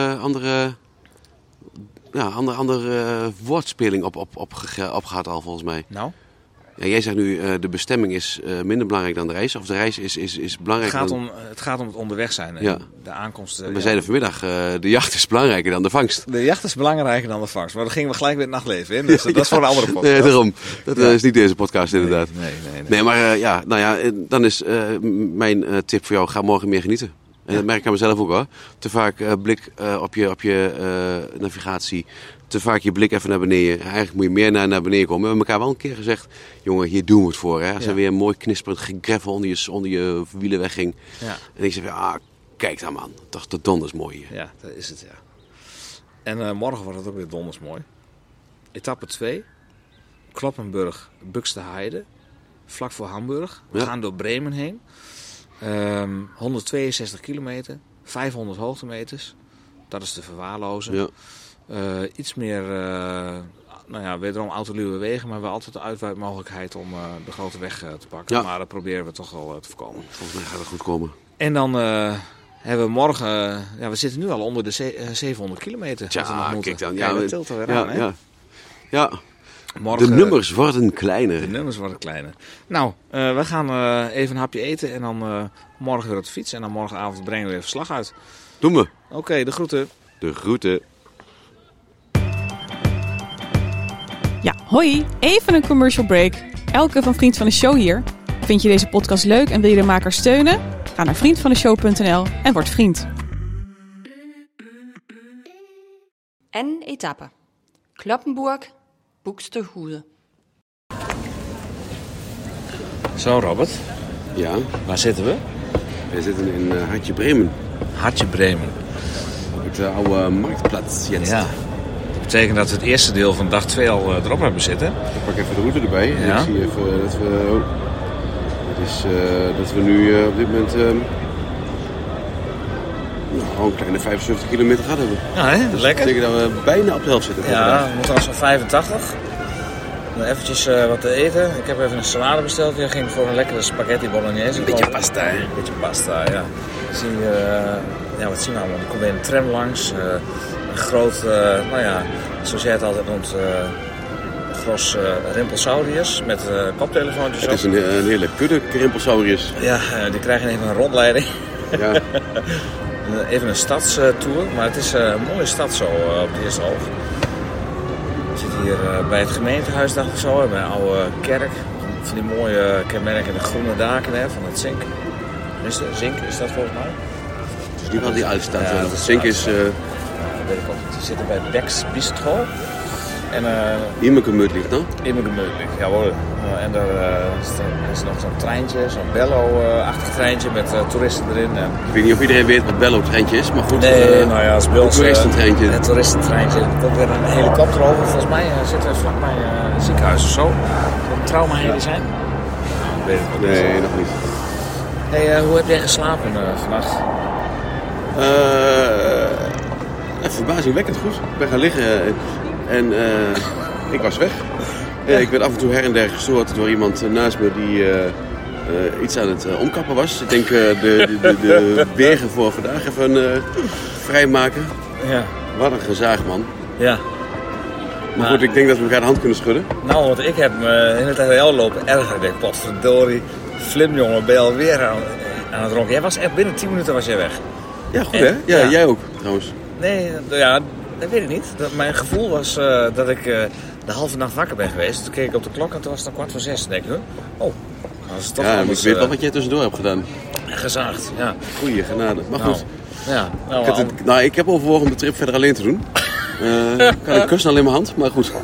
andere woordspeling op gehad al volgens mij. Nou? Ja, jij zegt nu de bestemming is minder belangrijk dan de reis. Of de reis is belangrijker Het gaat om het onderweg zijn. Ja. De aankomst. We zeiden vanmiddag, de jacht is belangrijker dan de vangst. De jacht is belangrijker dan de vangst. Maar dan gingen we gelijk weer het nachtleven in. Dus dat is voor een andere podcast. Nee, daarom. Dat is niet deze podcast inderdaad. Nee, maar dan is mijn tip voor jou, ga morgen meer genieten. En dat merk ik aan mezelf ook hoor. Te vaak blik op je navigatie. Te vaak je blik even naar beneden. Eigenlijk moet je meer naar beneden komen. We hebben elkaar wel een keer gezegd, jongen, hier doen we het voor. Hè? Als er weer een mooi knisperend gegravel onder je wielen wegging. Ja. En ik zeg, kijk dan man. Toch, de donders mooi hier. Ja, dat is het ja. En morgen wordt het ook weer donders mooi. Etappe 2. Kloppenburg, Buxteheide. Vlak voor Hamburg. We gaan door Bremen heen. 162 kilometer. 500 hoogtemeters. Dat is te verwaarlozen. Ja. Iets meer, wederom autoluwe wegen, maar wel altijd de uitwijkmogelijkheid om de grote weg te pakken. Ja. Maar dat proberen we toch wel te voorkomen. Volgens mij gaat het goed komen. En dan hebben we morgen, we zitten nu al onder de 700 kilometer. Ja, kijk dan. Ja, dat tilt alweer aan, hè? Ja. Morgen, de nummers worden kleiner. Nou, we gaan even een hapje eten en dan morgen weer op de fiets. En dan morgenavond brengen we weer verslag uit. Doen we. Oké, de groeten. De groeten. Ja, hoi. Even een commercial break. Elke van Vriend van de Show hier. Vind je deze podcast leuk en wil je de maker steunen? Ga naar vriendvandeshow.nl en word vriend. En etappe. Kloppenburg, Buxtehude. Zo Robert. Ja? Waar zitten we? We zitten in Hartje Bremen. Hartje Bremen. Op de oude marktplaats. Ja. Dat betekent dat we het eerste deel van dag 2 al erop hebben zitten. Ik pak even de route erbij. Ja. En ik zie even dat we nu op dit moment een kleine 75 kilometer gehad hebben. Ja, hè? Dus Lekker. Dat betekent dat we bijna op de helft zitten. Ja, we moeten al zo'n 85. Dan eventjes wat te eten. Ik heb even een salade besteld. Ik ging voor een lekkere spaghetti bolognese. Een beetje pasta, hè? Een beetje pasta, ja. Zie je, wat zien we allemaal? Er komt weer een tram langs. Een groot, zoals jij het altijd noemt, gros rimpelsauriërs met koptelefoontjes op. Het is een hele kudde rimpelsauriërs. Ja, die krijgen even een rondleiding. Ja. Even een stadstour, maar het is een mooie stad zo op het eerste oog. We zitten hier bij het gemeentehuis, dacht ik zo, bij een oude kerk. Van die mooie kenmerkende groene daken van het Zink. Zink is dat volgens mij? Het is niet wel die uitstaat. Ja, het Zink is... weet ik ook. We zitten bij Becks Bistro. Immer gemütlich, no? Immer gemütlich, jawohl. En daar is nog zo'n treintje, zo'n Bello-achtig treintje met toeristen erin. En... Ik weet niet of iedereen weet wat Bello-treintje is, maar goed. Nee, het is bij ons een toeristentreintje. Een toeristentreintje. Er komt weer een helikopter over. Volgens mij zitten we vlakbij een ziekenhuis of zo. Zou een traumaheden zijn? Nou, weet ik ook niet. Nee, nog niet. Hey, hoe heb jij geslapen vannacht? Verbazingwekkend goed. Ik ben gaan liggen en ik was weg. Ja. Ik werd af en toe her en der gestoord door iemand naast me die iets aan het omkappen was. Ik denk de wegen voor vandaag even vrijmaken. Ja. Wat een gezaag, man. Ja. Maar goed, ik denk dat we elkaar de hand kunnen schudden. Nou, want ik heb me de hele tijd bij jou lopen erger. Ik denk, potverdorie, Flim jongen, ben je alweer aan het ronken. Jij was echt binnen 10 minuten was jij weg. Ja, goed hè? Ja, jij ook trouwens. Nee, ja, dat weet ik niet. Mijn gevoel was dat ik de halve nacht wakker ben geweest. Toen keek ik op de klok en toen was het 5:15. Toen denk ik, oh, dat is toch anders, ik weet wel wat jij tussendoor hebt gedaan. Gezaagd, ja. Goeie genade. Maar goed. Ja, ik heb overwogen om de trip verder alleen te doen. Ik had een kussen al in mijn hand, maar goed.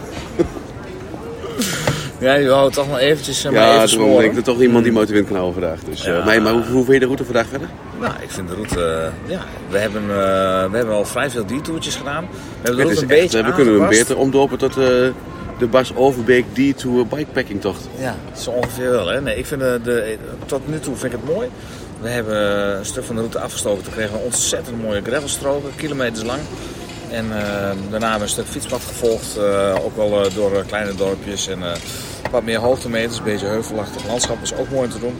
Ja, je wou toch nog eventjes even daarom denk ik er toch iemand die motiveert kan houden vandaag. Dus, maar hoe vind je de route vandaag verder? Nou, ik vind de route... we hebben al vrij veel detourtjes gedaan. We hebben de route we kunnen hem beter omdopen tot de Bas Overbeek D-Tour bikepacking-tocht. Ja, zo ongeveer wel. Hè? Nee, ik vind tot nu toe vind ik het mooi. We hebben een stuk van de route afgestoken. Toen kregen we een ontzettend mooie gravelstroken, kilometers lang. En daarna hebben we een stuk fietspad gevolgd. Ook wel door kleine dorpjes en wat meer hoogtemeters. Een beetje heuvelachtig landschap is ook mooi om te doen.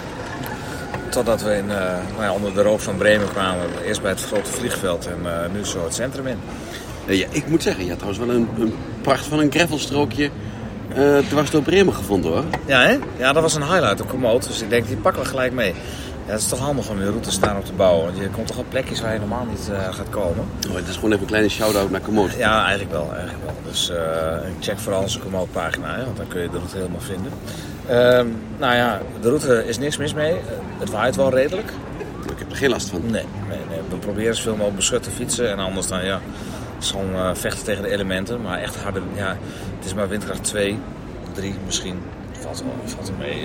Totdat we onder de rook van Bremen kwamen. Eerst bij het grote vliegveld en nu zo het centrum in. Ja, ik moet zeggen, je had trouwens wel een pracht van een gravelstrookje dwars door Bremen gevonden hoor. Ja, hè? Ja, dat was een highlight op Komoot. Dus ik denk, die pakken we gelijk mee. Ja, het is toch handig om je route staan op te bouwen. Want je komt toch op plekjes waar je normaal niet gaat komen. Oh, het is gewoon even een kleine shout-out naar Komoot. Ja, eigenlijk wel. Dus check vooral onze Komoot-pagina, want dan kun je de route helemaal vinden. De route is niks mis mee. Het waait wel redelijk. Ik heb er geen last van. Nee. We proberen zoveel mogelijk beschut te fietsen. En anders dan, gewoon vechten tegen de elementen. Maar echt harde, het is maar windkracht 2, 3 misschien. Valt er mee.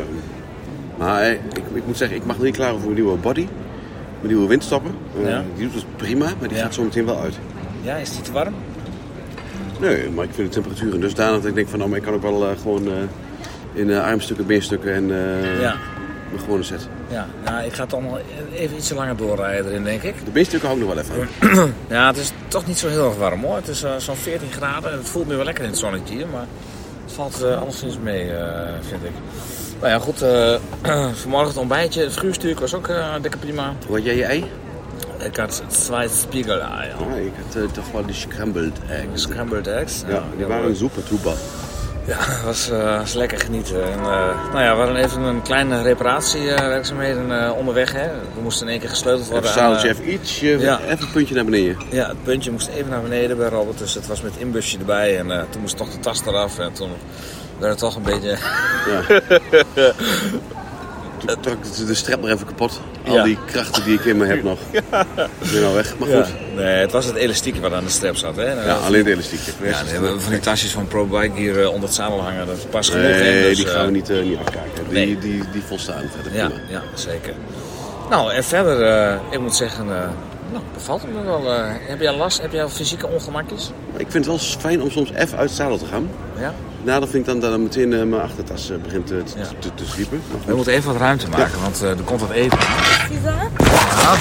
Maar ik moet zeggen, ik mag niet klaar over mijn nieuwe body. Mijn nieuwe windstoppen. Die doet het prima, maar die gaat zo meteen wel uit. Ja, is die te warm? Nee, maar ik vind de temperaturen dusdanig dat ik denk van maar ik kan ook wel gewoon in armstukken, beenstukken en mijn gewone set. Ja, ik ga dan even iets langer doorrijden erin, denk ik. De beenstukken hou ik nog wel even. Ja, het is toch niet zo heel erg warm hoor. Het is zo'n 14 graden. Het voelt nu wel lekker in het zonnetje hier, maar het valt alleszins mee, vind ik. Nou ja, goed. Vanmorgen het ontbijtje. Het vuurstuk was ook dikke prima. Hoe had jij je ei? Ik had 2 spiegelei. Ja, ik had toch wel de scrambled eggs. Scrambled eggs? Ja, die waren super troepa. Ja, het was lekker genieten. En, we hadden even een kleine reparatiewerkzaamheden onderweg. Hè. We moesten in één keer gesleuteld worden. Even een puntje naar beneden. Ja, het puntje moest even naar beneden bij Robert. Dus het was met inbusje erbij. En toen moest toch de tas eraf. En toen werd het toch een beetje... Ja. Toen trok ik de strap maar even kapot. Al die krachten die ik in me heb nog. Ik ben nou weg, maar goed. Ja. Nee, het was het elastiekje wat aan de strap zat. Hè? Alleen het elastiekje. Ja, dan hebben we van die tasjes van ProBike hier onder het zadel hangen. Dat past genoeg in. Nee, dus, die gaan we niet afkijken. Nee. Die volstaan verder. Ja, zeker. Nou, en verder, ik moet zeggen, bevalt het me wel. Heb jij last? Heb jij fysieke ongemakjes? Ik vind het wel fijn om soms even uit het zadel te gaan. Ja? Dat vind ik dan meteen mijn achtertas begint te zwiepen. We moeten even wat ruimte maken, want er komt wat eten. Pizza? Ja.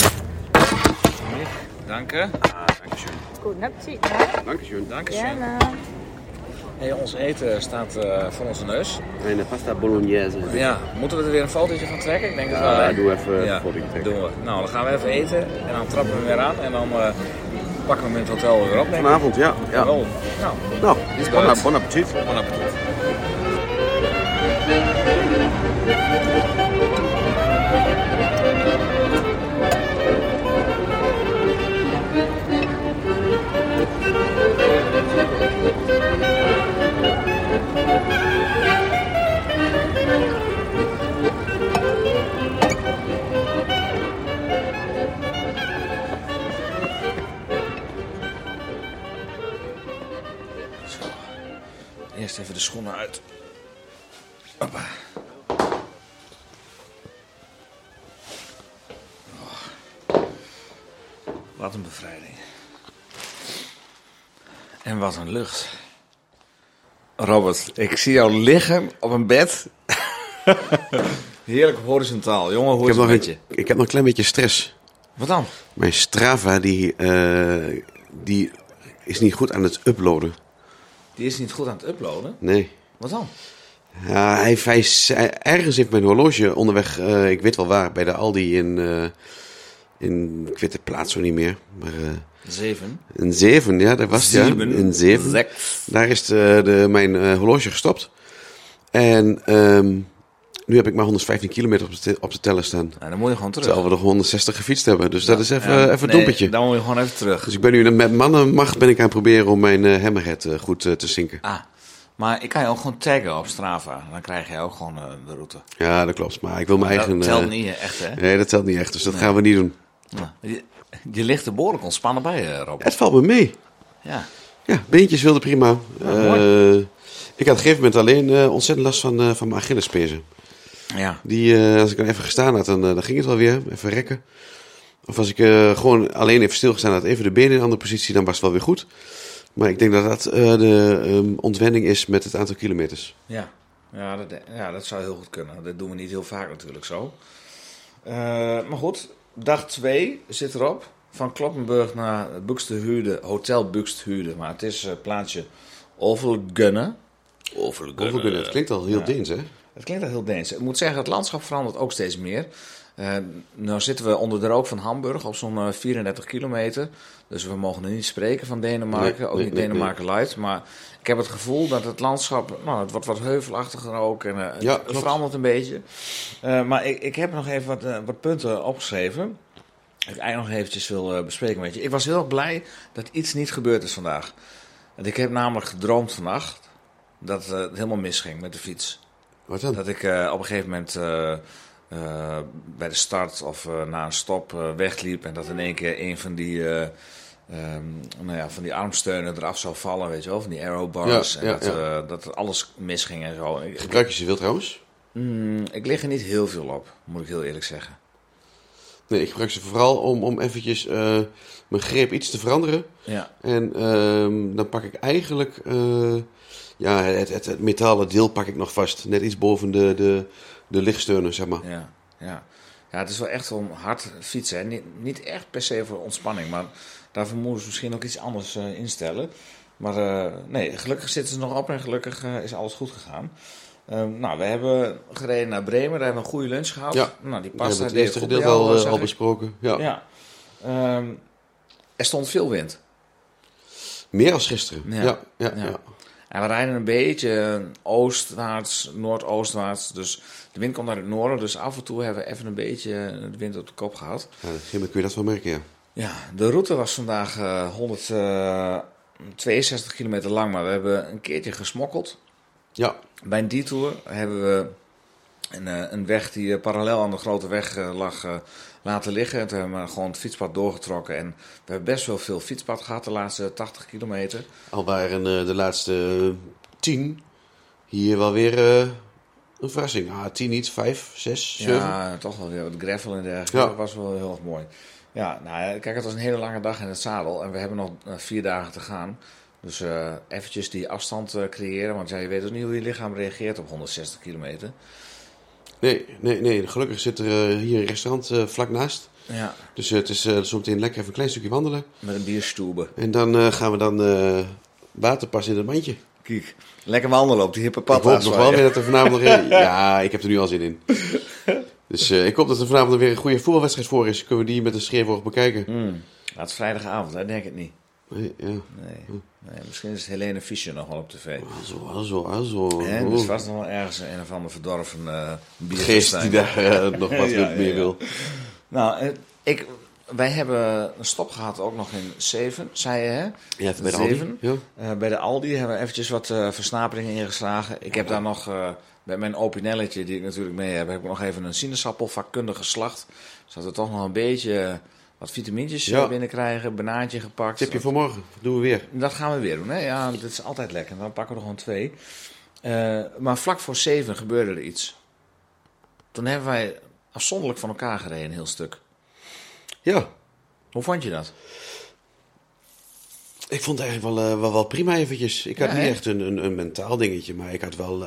Dank je. Guten Appetit. Dank je. Hey, ons eten staat voor onze neus. En pasta bolognese. Ja, moeten we er weer een fotootje van trekken? Ik denk het wel. Ja, doe even een fotootje trekken. Doen we. Nou, dan gaan we even eten en dan trappen we weer aan en dan pakken we hem in het hotel weer op. Vanavond, ja. Nou, bon appetit. Bon appetit. Eerst even de schoenen uit. Hoppa. Wat een bevrijding. En wat een lucht. Robert, ik zie jou liggen op een bed. Heerlijk horizontaal. Jongen, hoe is het met je? Ik heb nog een klein beetje stress. Wat dan? Mijn Strava die is niet goed aan het uploaden. Die is niet goed aan het uploaden? Nee. Wat dan? Ja, ergens heeft mijn horloge onderweg, ik weet wel waar, bij de Aldi in ik weet de plaats zo niet meer. Maar, 7. Een 7, ja, dat was het. Ja. Een 7. 6. Daar is mijn horloge gestopt. En nu heb ik maar 115 kilometer op de teller staan. Ja, dan moet je gewoon terug. Terwijl we nog 160 gefietst hebben. Dus dat is even een dompetje. Dan moet je gewoon even terug. Dus ik ben nu met mannenmacht aan het proberen om mijn hammerhead goed te zinken. Maar ik kan je ook gewoon taggen op Strava. Dan krijg je ook gewoon de route. Ja, dat klopt. Maar ik wil mijn eigen... Dat telt niet echt, hè? Nee, dat telt niet echt. Dus dat gaan we niet doen. Je ligt er behoorlijk ontspannen bij, Robert. Het valt me mee. Ja. Ja, beentjes wilden prima. Ik had op een gegeven moment alleen ontzettend last van mijn Achillespezen. Ja. Die, als ik er even gestaan had, dan ging het wel weer. Even rekken. Of als ik gewoon alleen even stilgestaan had, even de benen in een andere positie, dan was het wel weer goed. Maar ik denk dat dat de ontwenning is met het aantal kilometers. Ja, dat zou heel goed kunnen. Dat doen we niet heel vaak natuurlijk zo. Maar goed, dag 2 zit erop. Van Cloppenburg naar Buxtehude, Hotel Buxtehude. Maar het is plaatsje Overgunne. Overgunne, het klinkt al heel Deens, hè? Het klinkt al heel Deens. Ik moet zeggen, het landschap verandert ook steeds meer. Nou zitten we onder de rook van Hamburg op zo'n 34 kilometer. Dus we mogen nu niet spreken van Denemarken. Ook niet Denemarken light. Maar ik heb het gevoel dat het landschap... het wordt wat heuvelachtiger ook. En het verandert een beetje. Maar ik heb nog even wat punten opgeschreven. Ik eigenlijk nog eventjes wil bespreken met je. Ik was heel erg blij dat iets niet gebeurd is vandaag. Want ik heb namelijk gedroomd vannacht dat het helemaal misging met de fiets. Wat dan? Dat ik op een gegeven moment bij de start of na een stop wegliep. En dat in één keer een van die, van die armsteunen eraf zou vallen, weet je wel. Van die aerobars. Dat alles misging en zo. Gebruik je ze veel trouwens? Ik lig er niet heel veel op, moet ik heel eerlijk zeggen. Nee, ik gebruik ze vooral om eventjes mijn greep iets te veranderen. Ja. En dan pak ik eigenlijk het metalen deel pak ik nog vast. Net iets boven de lichtsteunen, zeg maar. Ja, het is wel echt om hard fietsen. Hè. Niet echt per se voor ontspanning, maar daarvoor moeten ze misschien ook iets anders instellen. Maar nee, gelukkig zitten ze nog op en gelukkig is alles goed gegaan. We hebben gereden naar Bremen, daar hebben we een goede lunch gehad. Ja. Die pasta het eerste gedeelte al besproken. Ja. Er stond veel wind. Meer als gisteren. Ja. En we rijden een beetje oostwaarts, noordoostwaarts. Dus de wind komt uit het noorden. Dus af en toe hebben we even een beetje de wind op de kop gehad. Ja, kun je dat wel merken, ja. Ja, de route was vandaag 162 kilometer lang. Maar we hebben een keertje gesmokkeld. Ja. Bij een detour hebben we een weg die parallel aan de grote weg lag laten liggen. En toen hebben we gewoon het fietspad doorgetrokken. En we hebben best wel veel fietspad gehad de laatste 80 kilometer. Al waren de laatste 10 hier wel weer een verrassing. 10 niet, 5, 6, 7. Ja, toch wel weer wat gravel en dergelijke. Ja. Dat was wel heel erg mooi. Ja, kijk, het was een hele lange dag in het zadel. En we hebben nog 4 dagen te gaan. Dus eventjes die afstand creëren. Want je weet dus niet hoe je lichaam reageert op 160 kilometer. Nee. Gelukkig zit er hier een restaurant vlak naast. Ja. Dus het is zometeen lekker even een klein stukje wandelen. Met een bierstoebe. En dan gaan we water passen in het mandje. Kijk, lekker wandelen op die hippe pad. Ik hoop nog wel weer dat er vanavond nog... Ja, ik heb er nu al zin in. Dus ik hoop dat er vanavond weer een goede voetbalwedstrijd voor is. Kunnen we die met een scheef bekijken. Het is vrijdagavond, hè? Denk ik niet. Nee. Misschien is Helene Fischer nog wel op tv. Also. Er is vast nog wel ergens een of ander verdorven geest die daar nog wat meer wil. Nou, wij hebben een stop gehad ook nog in Zeven, zei je, hè? Ja, bij de Aldi. Ja. Bij de Aldi hebben we eventjes wat versnaperingen ingeslagen. Ik heb daar nog, bij mijn opinelletje die ik natuurlijk mee heb ik nog even een sinaasappel vakkundig geslacht. Zodat we toch nog een beetje... wat vitamintjes binnenkrijgen, banaantje gepakt. Tipje voor morgen, dat doen we weer. Dat gaan we weer doen, hè? Ja, dat is altijd lekker. Dan pakken we er gewoon 2. Maar vlak voor 7 gebeurde er iets. Toen hebben wij afzonderlijk van elkaar gereden, een heel stuk. Ja. Hoe vond je dat? Ik vond het eigenlijk wel prima eventjes. Ik had niet echt een mentaal dingetje, maar ik had wel...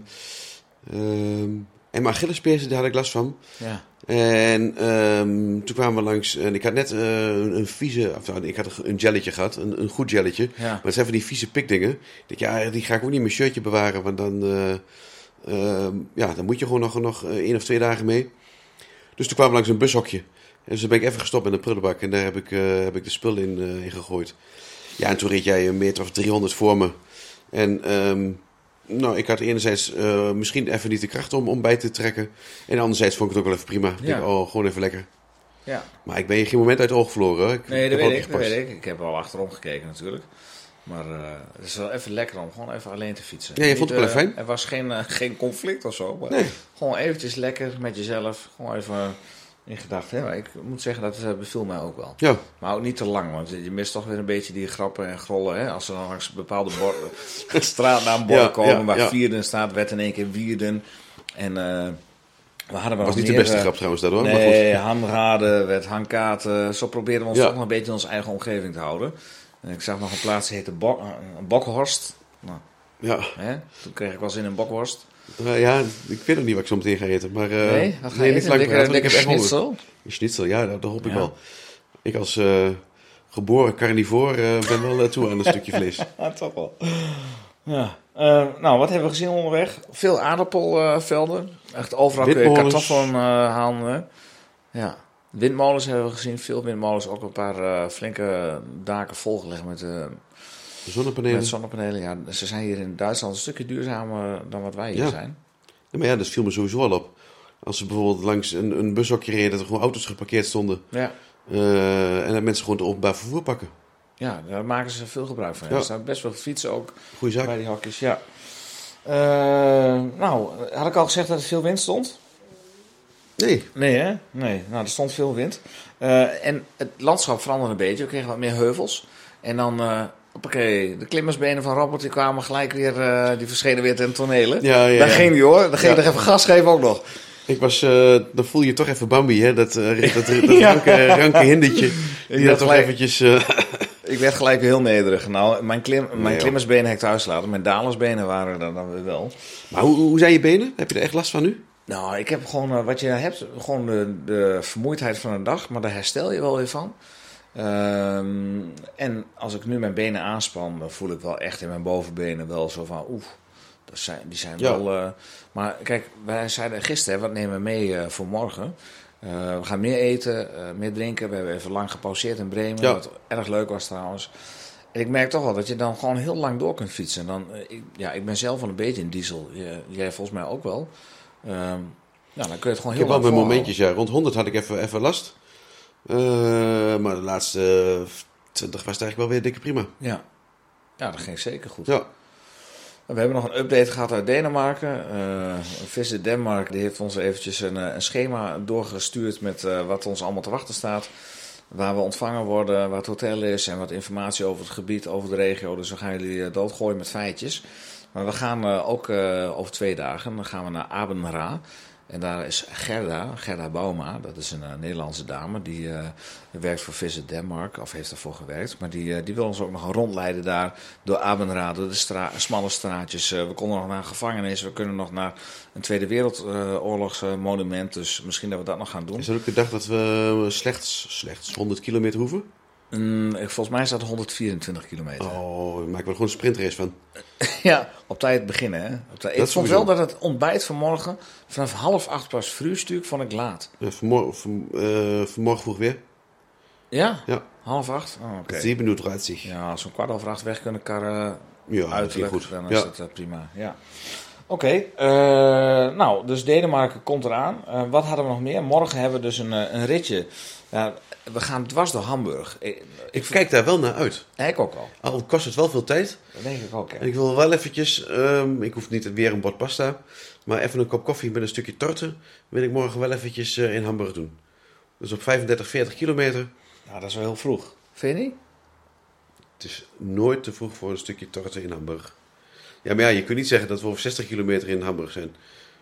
en mijn Achillespees, daar had ik last van. Ja. En toen kwamen we langs... En ik had net een vieze... ik had een gelletje gehad. Een goed gelletje. Ja. Maar het zijn van die vieze pikdingen. Ik denk, die ga ik ook niet in mijn shirtje bewaren. Want dan... dan moet je gewoon nog 1 of 2 dagen mee. Dus toen kwamen we langs een bushokje. En dus ben ik even gestopt met een prullenbak. En daar heb ik de spullen in gegooid. Ja, en toen reed jij 1 meter of 300 voor me. En... ik had enerzijds misschien even niet de kracht om bij te trekken. En anderzijds vond ik het ook wel even prima. Ik denk, gewoon even lekker. Ja. Maar ik ben je geen moment uit het oog verloren. Dat weet ik. Ik heb al achterom gekeken natuurlijk. Maar het is wel even lekker om gewoon even alleen te fietsen. Ja, je vond het wel fijn? Er was geen conflict of zo. Maar gewoon eventjes lekker met jezelf. Gewoon even in gedachten. Maar ik moet zeggen, dat beviel mij ook wel. Ja. Maar ook niet te lang, want je mist toch weer een beetje die grappen en grollen. Hè? Als er dan langs bepaalde straatnaamborden komen waar Vierden staat, werd in één keer Wierden. En we hadden wel was niet de beste grap trouwens daardoor. Nee, Hanraden werd Hankaten. Zo probeerden we ons toch nog een beetje in onze eigen omgeving te houden. En ik zag nog een plaats die heette Bokhorst. Nou, Ja. hè? Toen kreeg ik wel zin in Bokhorst. Ja, ik weet nog niet wat ik zo meteen ga eten. Maar, Nee, wat ga je eten? Lekker schnitzel? Schnitzel, ja, dat hoop ik wel. Ik als geboren carnivoor ben wel toe aan een stukje vlees. Ja, toch wel. Ja. Nou, wat hebben we gezien onderweg? Veel aardappelvelden. Echt overal kun je kartoffelen halen. Ja. Windmolens hebben we gezien. Veel windmolens. Ook een paar flinke daken volgelegd met zonnepanelen. Met zonnepanelen. Ja, ze zijn hier in Duitsland een stukje duurzamer dan wat wij hier zijn. Ja, maar ja, dat viel me sowieso al op. Als ze bijvoorbeeld langs een bushokje reden, dat er gewoon auto's geparkeerd stonden. Ja. En dat mensen gewoon het openbaar vervoer pakken. Ja, daar maken ze veel gebruik van. Ja. Er staan best wel fietsen ook. Goeie zaak. Bij die hokjes, ja. Nou, had ik al gezegd dat er veel wind stond? Nee. Nee, hè? Nee. Nou, er stond veel wind. En het landschap veranderde een beetje. We kregen wat meer heuvels. En dan, hoppakee, de klimmersbenen van Robert, die kwamen gelijk weer, die verschenen weer ten tonele. Ja. Daar ging die hoor. Dan ging je nog even gas geven ook nog. Ik was, dan voel je toch even Bambi, hè? Dat ranke hindertje. Die dat toch eventjes... Ik werd gelijk heel nederig. Nou, mijn klimmersbenen heb ik thuis laten. Mijn dalersbenen waren er dan weer wel. Maar hoe zijn je benen? Heb je er echt last van nu? Nou, ik heb gewoon, wat je hebt, gewoon de vermoeidheid van een dag. Maar daar herstel je wel weer van. En als ik nu mijn benen aanspan, dan voel ik wel echt in mijn bovenbenen wel zo van... die zijn wel... maar kijk, wij zeiden gisteren, wat nemen we mee voor morgen? We gaan meer eten, meer drinken. We hebben even lang gepauzeerd in Bremen, wat erg leuk was trouwens. En ik merk toch wel dat je dan gewoon heel lang door kunt fietsen. Dan, ik ben zelf wel een beetje in diesel. Jij volgens mij ook wel. Dan kun je het gewoon heel lang Ik heb wel mijn volhouden. momentjes, rond 100 had ik even last. Maar de laatste 20 was het eigenlijk wel weer dikke prima. Ja, dat ging zeker goed. Ja. We hebben nog een update gehad uit Denemarken. Visit Denmark die heeft ons eventjes een schema doorgestuurd met wat ons allemaal te wachten staat. Waar we ontvangen worden, waar het hotel is en wat informatie over het gebied, over de regio. Dus we gaan jullie doodgooien met feitjes. Maar we gaan ook over 2 dagen, dan gaan we naar Abenra. En daar is Gerda Bauma, dat is een Nederlandse dame, die werkt voor Visit Denmark, of heeft daarvoor gewerkt. Maar die wil ons ook nog rondleiden daar door Abenra, door de smalle straatjes. We konden nog naar een gevangenis, we kunnen nog naar een Tweede Wereldoorlogsmonument, dus misschien dat we dat nog gaan doen. Is dat ook de dag dat we slechts 100 kilometer hoeven? Volgens mij staat het 124 kilometer. Oh, daar maken we er gewoon een sprintrace van. Ja, op tijd beginnen. Hè? Ik vond wel dat het ontbijt vanmorgen vanaf 7:30 pas vroegstuk vond ik laat. Ja, vanmorgen vroeg weer. Ja? Ja. 7:30? Oh, oké. 7:30. Ja, als we om 7:15 weg kunnen karren uiterlijk, goed. Dan is het prima. Ja. Oké, nou, dus Denemarken komt eraan. Wat hadden we nog meer? Morgen hebben we dus een ritje. We gaan dwars door Hamburg. Ik kijk daar wel naar uit. Ik ook al. Al kost het wel veel tijd. Dat denk ik ook, ja. En ik wil wel eventjes, ik hoef niet weer een bord pasta, maar even een kop koffie met een stukje torte wil ik morgen wel eventjes in Hamburg doen. Dus op 35, 40 kilometer. Nou, dat is wel heel vroeg. Vind je niet? Het is nooit te vroeg voor een stukje torte in Hamburg. Ja, maar ja, je kunt niet zeggen dat we over 60 kilometer in Hamburg zijn.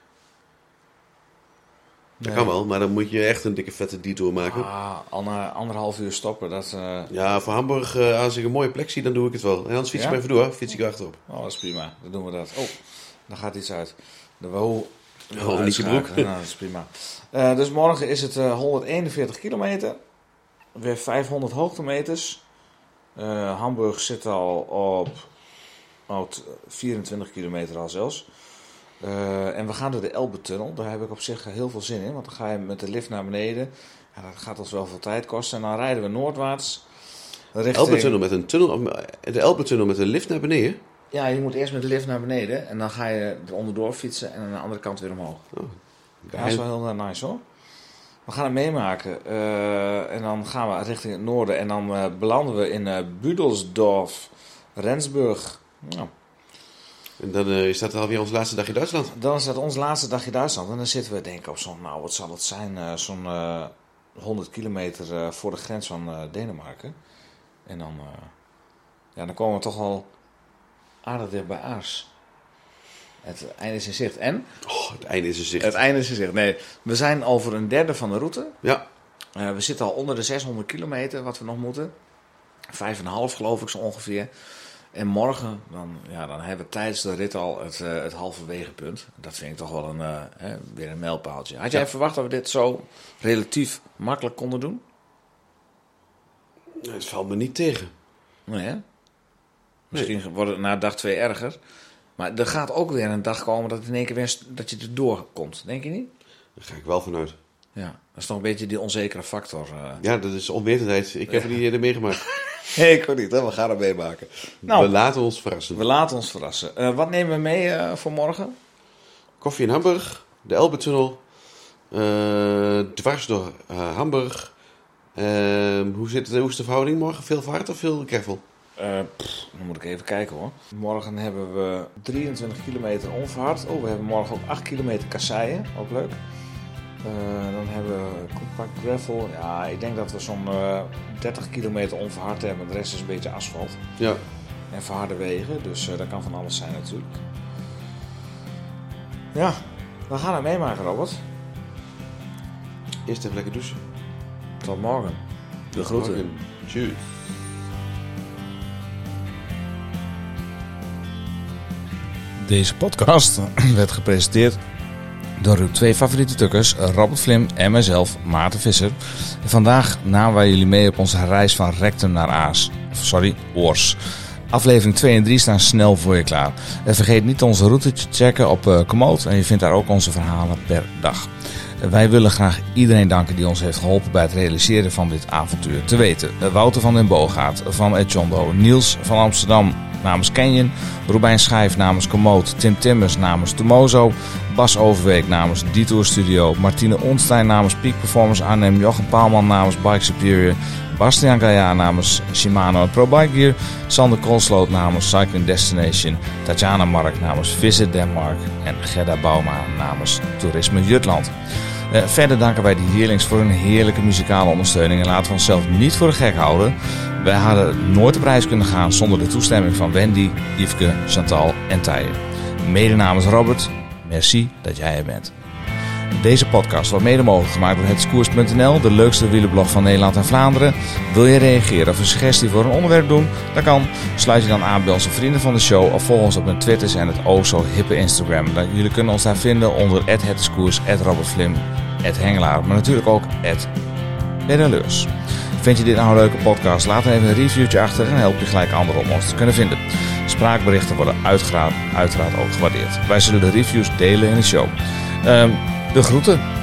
Dat kan wel, maar dan moet je echt een dikke vette detour maken. Al na 1,5 uur stoppen. Dat, Ja, voor Hamburg, als ik een mooie plek zie, dan doe ik het wel. En anders fiets ik maar even door, fiets ik achterop. Oh, dat is prima. Dan doen we dat. Oh, dan gaat iets uit. Niet je broek. Nou, dat is prima. Dus morgen is het 141 kilometer. Weer 500 hoogtemeters. Hamburg zit al op 24 kilometer al zelfs. En we gaan door de Elbe-tunnel. Daar heb ik op zich heel veel zin in. Want dan ga je met de lift naar beneden. Ja, dat gaat ons wel veel tijd kosten. En dan rijden we noordwaarts. Elbe-tunnel met een tunnel? De Elbe-tunnel met een lift naar beneden? Ja, je moet eerst met de lift naar beneden. En dan ga je er onderdoor fietsen. En aan de andere kant weer omhoog. Dat is wel heel nice hoor. We gaan het meemaken. En dan gaan we richting het noorden. En dan belanden we in Budelsdorf, Rendsburg. Nou. En dan is dat alweer ons laatste dagje Duitsland. Dan is dat ons laatste dagje Duitsland. En dan zitten we denk ik op zo'n, wat zal het zijn, zo'n 100 kilometer voor de grens van Denemarken. En dan komen we toch al aardig dicht bij Aars. Het einde is in zicht. En? Het einde is in zicht. Het einde is in zicht. Nee, we zijn over een derde van de route. Ja. We zitten al onder de 600 kilometer wat we nog moeten. 5,5 geloof ik zo ongeveer. En morgen, dan hebben we tijdens de rit al het halverwegepunt. Dat vind ik toch wel weer een mijlpaaltje. Had jij verwacht dat we dit zo relatief makkelijk konden doen? Het valt me niet tegen. Nee, hè? Misschien wordt het na dag 2 erger. Maar er gaat ook weer een dag komen dat in één keer weer dat je erdoor komt. Denk je niet? Daar ga ik wel vanuit. Ja, dat is toch een beetje die onzekere factor. Ja, dat is onwetendheid. Ik heb het niet eerder meegemaakt. Nee, ik ook niet. Hè? We gaan er meemaken. Nou, we laten ons verrassen. We laten ons verrassen. Wat nemen we mee voor morgen? Koffie in Hamburg, de Elbetunnel, dwars door Hamburg. Hoe is de verhouding morgen? Veel vaart of veel gravel? Dan moet ik even kijken hoor. Morgen hebben we 23 kilometer onverhard. We hebben morgen ook 8 kilometer kasseien. Ook leuk. Dan hebben we compact gravel. Ja, ik denk dat we zo'n 30 kilometer onverhard hebben. De rest is een beetje asfalt. Ja. En verharde wegen. Dus dat kan van alles zijn natuurlijk. Ja, we gaan het meemaken, Robert. Eerst even lekker douchen. Tot morgen. De groeten. Tjus. Deze podcast werd gepresenteerd door uw 2 favoriete tukkers, Robert Vlim en mijzelf, Maarten Visser. En vandaag namen wij jullie mee op onze reis van Rectum naar Oors. Aflevering 2 en 3 staan snel voor je klaar. En vergeet niet onze route te checken op Komoot en je vindt daar ook onze verhalen per dag. Wij willen graag iedereen danken die ons heeft geholpen bij het realiseren van dit avontuur. Te weten, Wouter van den Boogaard van Edjondo, Niels van Amsterdam namens Canyon, Robijn Schijf namens Komoot, Tim Timmers namens Tomozo, Bas Overweek namens Detour Studio, Martine Onstein namens Peak Performance Arnhem, Jochem Paalman namens Bike Superior, Bastiaan Gaia namens Shimano en Pro Bike Gear, Sander Koolsloot namens Cycling Destination, Tatjana Mark namens Visit Denmark en Gerda Bouma namens Toerisme Jutland. Verder danken wij de Heerlings voor hun heerlijke muzikale ondersteuning en laten we onszelf niet voor de gek houden. Wij hadden nooit op reis kunnen gaan zonder de toestemming van Wendy, Yveske, Chantal en Tije. Mede namens Robert, merci dat jij er bent. Deze podcast wordt mede mogelijk gemaakt door hetskoers.nl, de leukste wielerblog van Nederland en Vlaanderen. Wil je reageren of een suggestie voor een onderwerp doen? Dat kan. Sluit je dan aan bij onze vrienden van de show of volg ons op hun Twitters en het zo hippe Instagram. Jullie kunnen ons daar vinden onder @hetskoers, @robertvlim, @hengelaar, maar natuurlijk ook @beneleurs. Vind je dit nou een leuke podcast? Laat dan even een reviewtje achter en help je gelijk anderen om ons te kunnen vinden. Spraakberichten worden uiteraard ook gewaardeerd. Wij zullen de reviews delen in de show. De groeten.